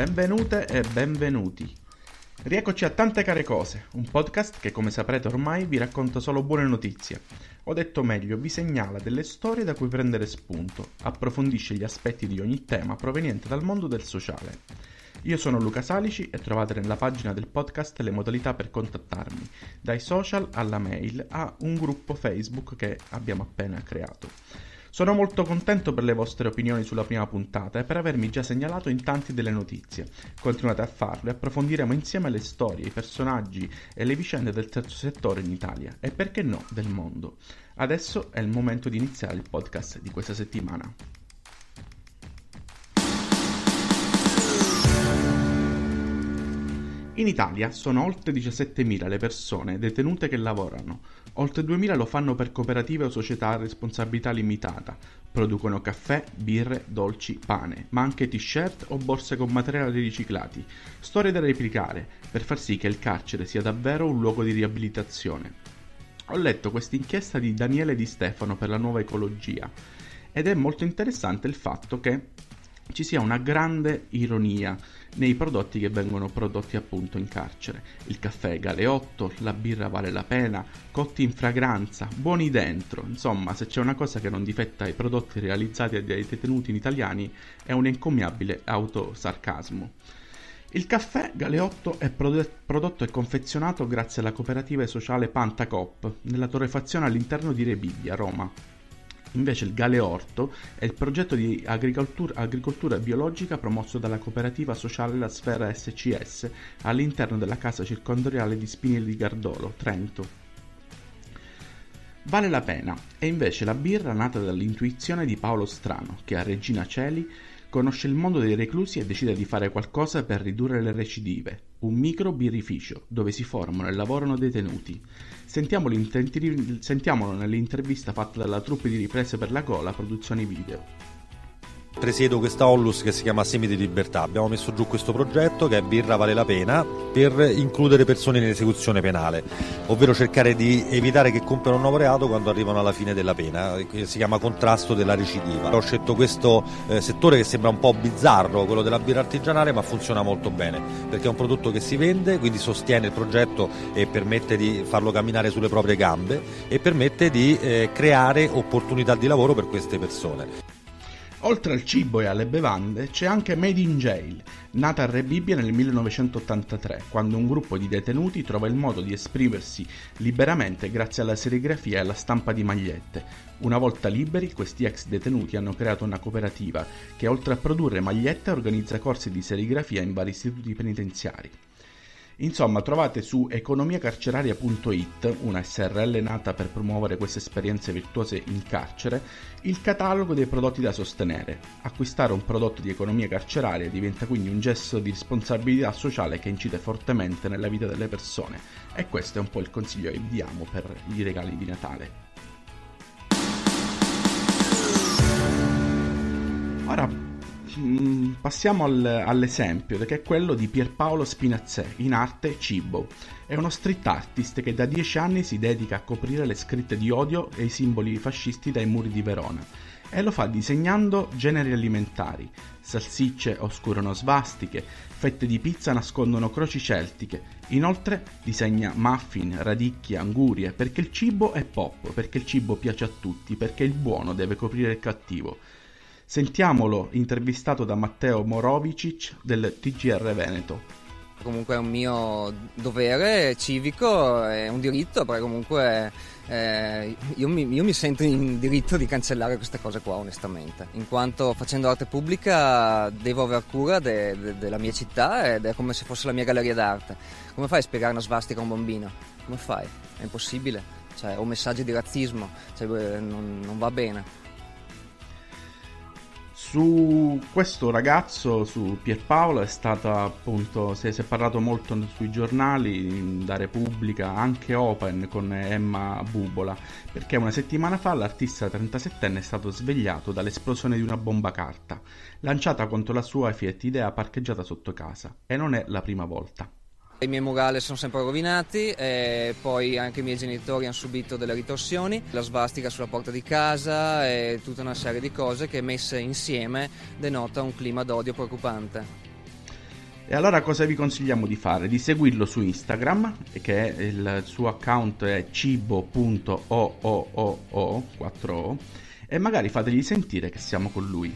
Benvenute e benvenuti. Rieccoci a Tante Care Cose, un podcast che, come saprete ormai, vi racconta solo buone notizie. O detto meglio, vi segnala delle storie da cui prendere spunto, approfondisce gli aspetti di ogni tema proveniente dal mondo del sociale. Io sono Luca Salici e trovate nella pagina del podcast le modalità per contattarmi, dai social alla mail a un gruppo Facebook che abbiamo appena creato. Sono molto contento per le vostre opinioni sulla prima puntata e per avermi già segnalato in tanti delle notizie. Continuate a farlo e approfondiremo insieme le storie, i personaggi e le vicende del terzo settore in Italia e, perché no, del mondo. Adesso è il momento di iniziare il podcast di questa settimana. In Italia sono oltre 17.000 le persone detenute che lavorano, oltre 2.000 lo fanno per cooperative o società a responsabilità limitata, producono caffè, birre, dolci, pane, ma anche t-shirt o borse con materiali riciclati, storie da replicare per far sì che il carcere sia davvero un luogo di riabilitazione. Ho letto questa inchiesta di Daniele Di Stefano per La Nuova Ecologia ed è molto interessante il fatto che ci sia una grande ironia nei prodotti che vengono prodotti appunto in carcere. Il caffè è Galeotto, la birra vale la pena, cotti in fragranza, buoni dentro. Insomma, se c'è una cosa che non difetta ai prodotti realizzati dai detenuti italiani è un encomiabile autosarcasmo. Il caffè Galeotto è prodotto e confezionato grazie alla cooperativa sociale Pantacop nella torrefazione all'interno di Rebibbia, Roma. Invece il Galeorto è il progetto di agricoltura biologica promosso dalla cooperativa sociale La Sfera SCS all'interno della casa circondariale di Spinelli di Gardolo, Trento. Vale la pena è invece la birra nata dall'intuizione di Paolo Strano, che a Regina Coeli conosce il mondo dei reclusi e decide di fare qualcosa per ridurre le recidive, un micro birrificio dove si formano e lavorano detenuti. Sentiamolo nell'intervista fatta dalla troupe di Riprese per la Gola Produzioni Video. Presiedo questa Ollus che si chiama Semi di Libertà. Abbiamo messo giù questo progetto che è Birra Vale la Pena per includere persone in esecuzione penale, ovvero cercare di evitare che compiano un nuovo reato quando arrivano alla fine della pena, che si chiama contrasto della recidiva. Ho scelto questo settore che sembra un po' bizzarro, quello della birra artigianale, ma funziona molto bene perché è un prodotto che si vende, quindi sostiene il progetto e permette di farlo camminare sulle proprie gambe e permette di creare opportunità di lavoro per queste persone. Oltre al cibo e alle bevande c'è anche Made in Jail, nata a Rebibbia nel 1983, quando un gruppo di detenuti trova il modo di esprimersi liberamente grazie alla serigrafia e alla stampa di magliette. Una volta liberi, questi ex detenuti hanno creato una cooperativa che, oltre a produrre magliette, organizza corsi di serigrafia in vari istituti penitenziari. Insomma, trovate su economiacarceraria.it, una SRL nata per promuovere queste esperienze virtuose in carcere, il catalogo dei prodotti da sostenere. Acquistare un prodotto di economia carceraria diventa quindi un gesto di responsabilità sociale che incide fortemente nella vita delle persone, e questo è un po' il consiglio che vi diamo per i regali di Natale. Ora passiamo all'esempio, che è quello di Pierpaolo Spinazzè, in arte Cibo. È uno street artist che da 10 anni si dedica a coprire le scritte di odio e i simboli fascisti dai muri di Verona, e lo fa disegnando generi alimentari. Salsicce oscurano svastiche, fette di pizza nascondono croci celtiche. Inoltre disegna muffin, radicchie, angurie, perché il cibo è pop, perché il cibo piace a tutti, perché il buono deve coprire il cattivo. Sentiamolo intervistato da Matteo Morovicic del TGR Veneto. Comunque è un mio dovere civico, è un diritto, perché comunque io mi sento in diritto di cancellare queste cose qua, onestamente, in quanto facendo arte pubblica devo aver cura della mia città ed è come se fosse la mia galleria d'arte. Come fai a spiegare una svastica a un bambino? Come fai? È impossibile, o messaggi di razzismo, non va bene. Su questo ragazzo, su Pierpaolo, è stata appunto, si è parlato molto sui giornali, da Repubblica, anche Open con Emma Bubola, perché una settimana fa l'artista 37enne è stato svegliato dall'esplosione di una bomba carta, lanciata contro la sua Fiat Idea parcheggiata sotto casa, e non è la prima volta. I miei murales sono sempre rovinati e poi anche i miei genitori hanno subito delle ritorsioni, la svastica sulla porta di casa e tutta una serie di cose che messe insieme denota un clima d'odio preoccupante. E allora cosa vi consigliamo di fare? Di seguirlo su Instagram, che il suo account è cibo.ooo, 4o, e magari fategli sentire che siamo con lui.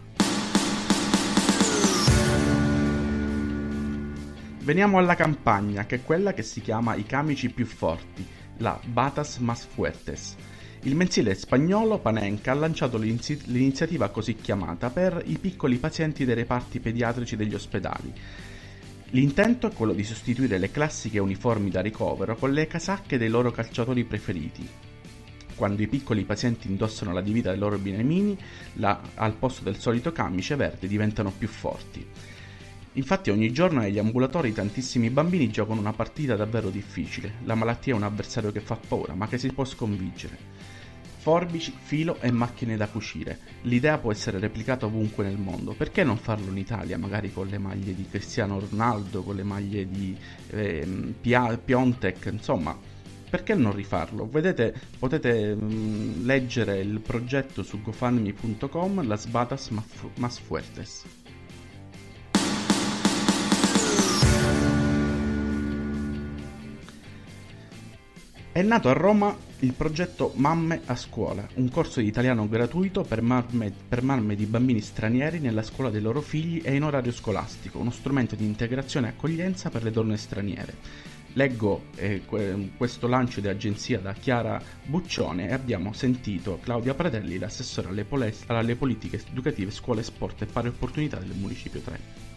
Veniamo alla campagna, che è quella che si chiama I camici più forti, la Batas Más Fuertes. Il mensile spagnolo Panenka ha lanciato l'iniziativa così chiamata per i piccoli pazienti dei reparti pediatrici degli ospedali. L'intento è quello di sostituire le classiche uniformi da ricovero con le casacche dei loro calciatori preferiti. Quando i piccoli pazienti indossano la divisa dei loro beniamini, al posto del solito camice verde diventano più forti. Infatti ogni giorno negli ambulatori tantissimi bambini giocano una partita davvero difficile. La malattia è un avversario che fa paura, ma che si può sconfiggere. Forbici, filo e macchine da cucire. L'idea può essere replicata ovunque nel mondo. Perché non farlo in Italia, magari con le maglie di Cristiano Ronaldo, con le maglie di Piontek, insomma, perché non rifarlo? Vedete, potete leggere il progetto su gofundme.com, Las Batas Más Fuertes. È nato a Roma il progetto Mamme a scuola, un corso di italiano gratuito per mamme di bambini stranieri nella scuola dei loro figli e in orario scolastico, uno strumento di integrazione e accoglienza per le donne straniere. Leggo questo lancio di agenzia da Chiara Buccione e abbiamo sentito Claudia Pratelli, l'assessore alle politiche educative, scuole, sport e pari opportunità del Municipio 3.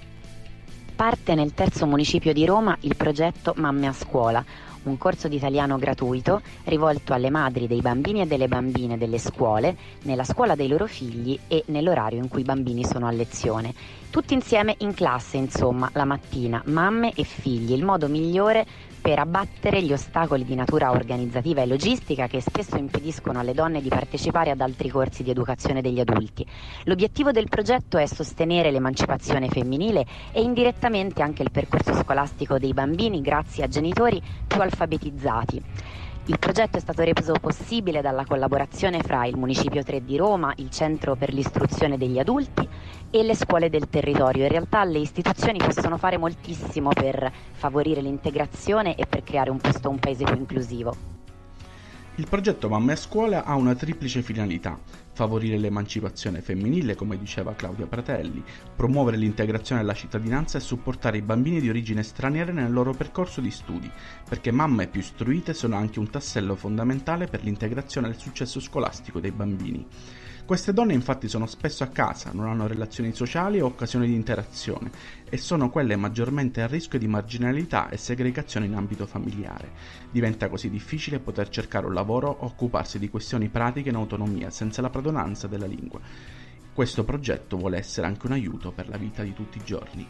Parte nel terzo municipio di Roma il progetto Mamme a scuola, un corso di italiano gratuito rivolto alle madri dei bambini e delle bambine delle scuole, nella scuola dei loro figli e nell'orario in cui i bambini sono a lezione. Tutti insieme in classe, insomma, la mattina, mamme e figli, il modo migliore per abbattere gli ostacoli di natura organizzativa e logistica che spesso impediscono alle donne di partecipare ad altri corsi di educazione degli adulti. L'obiettivo del progetto è sostenere l'emancipazione femminile e indirettamente anche il percorso scolastico dei bambini grazie a genitori più alfabetizzati. Il progetto è stato reso possibile dalla collaborazione fra il Municipio 3 di Roma, il Centro per l'istruzione degli adulti e le scuole del territorio. In realtà le istituzioni possono fare moltissimo per favorire l'integrazione e per creare un paese più inclusivo. Il progetto Mamme a scuola ha una triplice finalità: favorire l'emancipazione femminile, come diceva Claudia Pratelli, promuovere l'integrazione alla cittadinanza e supportare i bambini di origine straniera nel loro percorso di studi, perché mamme più istruite sono anche un tassello fondamentale per l'integrazione e il successo scolastico dei bambini. Queste donne infatti sono spesso a casa, non hanno relazioni sociali o occasioni di interazione e sono quelle maggiormente a rischio di marginalità e segregazione in ambito familiare. Diventa così difficile poter cercare un lavoro o occuparsi di questioni pratiche in autonomia senza la padronanza della lingua. Questo progetto vuole essere anche un aiuto per la vita di tutti i giorni.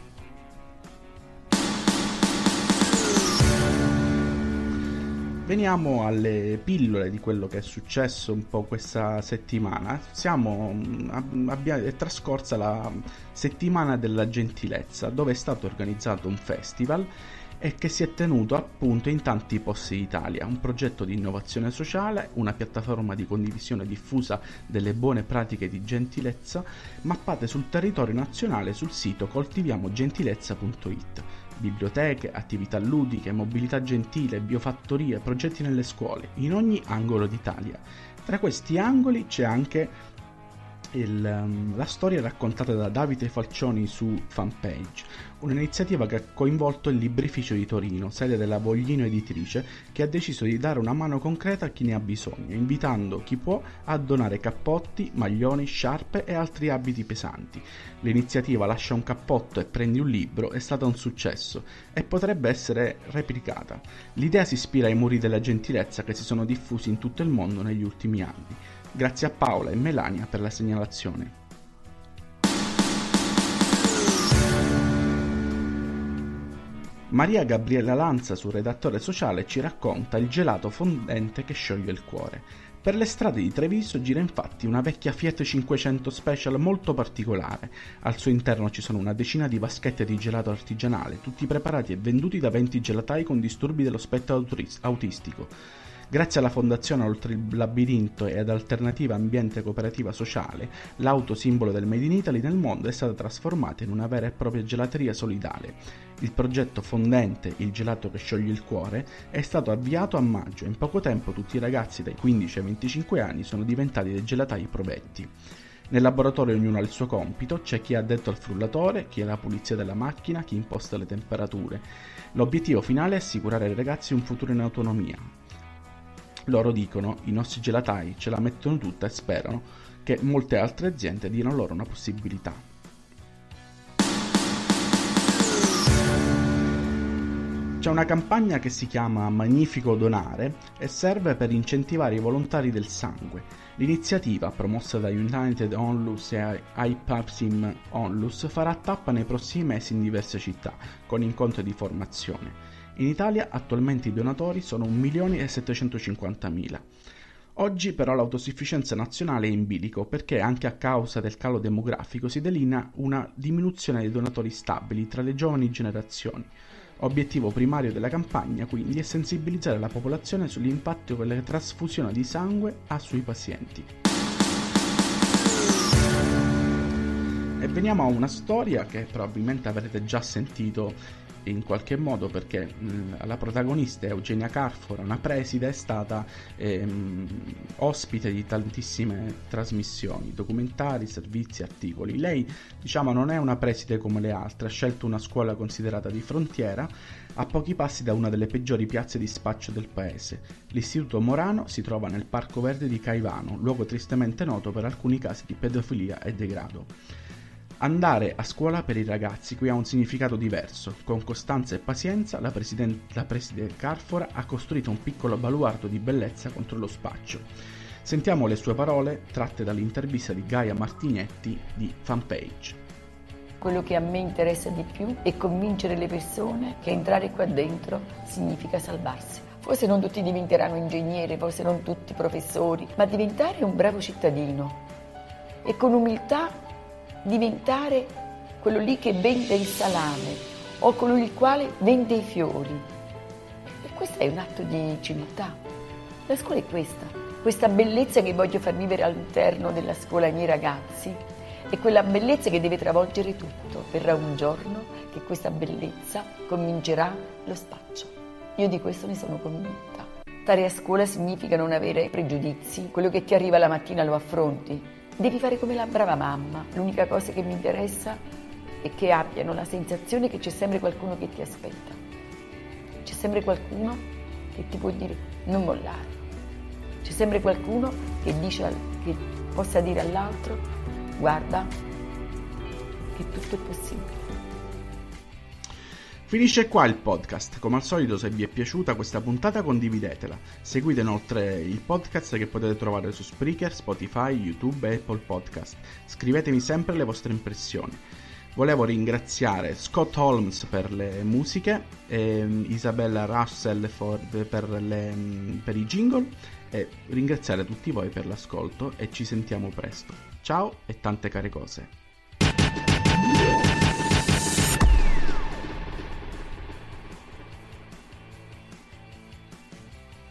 Veniamo alle pillole di quello che è successo un po' questa settimana. È trascorsa la settimana della gentilezza, dove è stato organizzato un festival e che si è tenuto appunto in tanti posti d'Italia. Un progetto di innovazione sociale, una piattaforma di condivisione diffusa delle buone pratiche di gentilezza mappate sul territorio nazionale sul sito coltiviamogentilezza.it. Biblioteche, attività ludiche, mobilità gentile, biofattorie, progetti nelle scuole, in ogni angolo d'Italia. Tra questi angoli c'è anche la storia raccontata da Davide Falcioni su Fanpage, un'iniziativa che ha coinvolto il Librificio di Torino, sede della Voglino Editrice, che ha deciso di dare una mano concreta a chi ne ha bisogno, invitando chi può a donare cappotti, maglioni, sciarpe e altri abiti pesanti. L'iniziativa Lascia un cappotto e prendi un libro è stata un successo e potrebbe essere replicata. L'idea si ispira ai muri della gentilezza che si sono diffusi in tutto il mondo negli ultimi anni. Grazie a Paola e Melania per la segnalazione. Maria Gabriella Lanza, sul redattore sociale, ci racconta il gelato fondente che scioglie il cuore. Per le strade di Treviso gira infatti una vecchia Fiat 500 Special molto particolare. Al suo interno ci sono una decina di vaschette di gelato artigianale, tutti preparati e venduti da 20 gelatai con disturbi dello spettro autistico. Grazie alla fondazione Oltre il Labirinto e ad Alternativa Ambiente Cooperativa Sociale, l'auto simbolo del Made in Italy nel mondo è stata trasformata in una vera e propria gelateria solidale. Il progetto fondente Il gelato che scioglie il cuore è stato avviato a maggio e in poco tempo tutti i ragazzi dai 15 ai 25 anni sono diventati dei gelatai provetti. Nel laboratorio ognuno ha il suo compito, c'è chi è addetto al frullatore, chi è la pulizia della macchina, chi imposta le temperature. L'obiettivo finale è assicurare ai ragazzi un futuro in autonomia. Loro dicono, i nostri gelatai ce la mettono tutta e sperano che molte altre aziende diano loro una possibilità. C'è una campagna che si chiama Magnifico Donare e serve per incentivare i volontari del sangue. L'iniziativa, promossa da United Onlus e IPAPSIM Onlus, farà tappa nei prossimi mesi in diverse città, con incontri di formazione. In Italia attualmente i donatori sono 1.750.000. Oggi però l'autosufficienza nazionale è in bilico perché anche a causa del calo demografico si delinea una diminuzione dei donatori stabili tra le giovani generazioni. Obiettivo primario della campagna quindi è sensibilizzare la popolazione sull'impatto che la trasfusione di sangue ha sui pazienti. E veniamo a una storia che probabilmente avrete già sentito in qualche modo perché la protagonista Eugenia Carfora, una preside, è stata ospite di tantissime trasmissioni, documentari, servizi, articoli. Lei, non è una preside come le altre, ha scelto una scuola considerata di frontiera a pochi passi da una delle peggiori piazze di spaccio del paese. L'Istituto Morano si trova nel Parco Verde di Caivano, luogo tristemente noto per alcuni casi di pedofilia e degrado. Andare a scuola per i ragazzi qui ha un significato diverso. Con costanza e pazienza la preside Carfora ha costruito un piccolo baluardo di bellezza contro lo spaccio. Sentiamo le sue parole tratte dall'intervista di Gaia Martignetti di Fanpage. Quello che a me interessa di più è convincere le persone che entrare qua dentro significa salvarsi. Forse non tutti diventeranno ingegneri, forse non tutti professori, ma diventare un bravo cittadino e con umiltà diventare quello lì che vende il salame o colui il quale vende i fiori. E questo è un atto di civiltà. La scuola è questa bellezza che voglio far vivere all'interno della scuola ai miei ragazzi è quella bellezza che deve travolgere tutto. Verrà un giorno che questa bellezza convincerà lo spaccio. Io di questo ne sono convinta. Stare a scuola significa non avere pregiudizi, quello che ti arriva la mattina lo affronti. Devi fare come la brava mamma. L'unica cosa che mi interessa è che abbiano la sensazione che c'è sempre qualcuno che ti aspetta. C'è sempre qualcuno che ti può dire non mollare. C'è sempre qualcuno che possa dire all'altro guarda che tutto è possibile. Finisce qua il podcast. Come al solito, se vi è piaciuta questa puntata condividetela. Seguite inoltre il podcast che potete trovare su Spreaker, Spotify, YouTube e Apple Podcast. Scrivetemi sempre le vostre impressioni. Volevo ringraziare Scott Holmes per le musiche, Isabella Russell per i jingle e ringraziare tutti voi per l'ascolto e ci sentiamo presto. Ciao e tante care cose.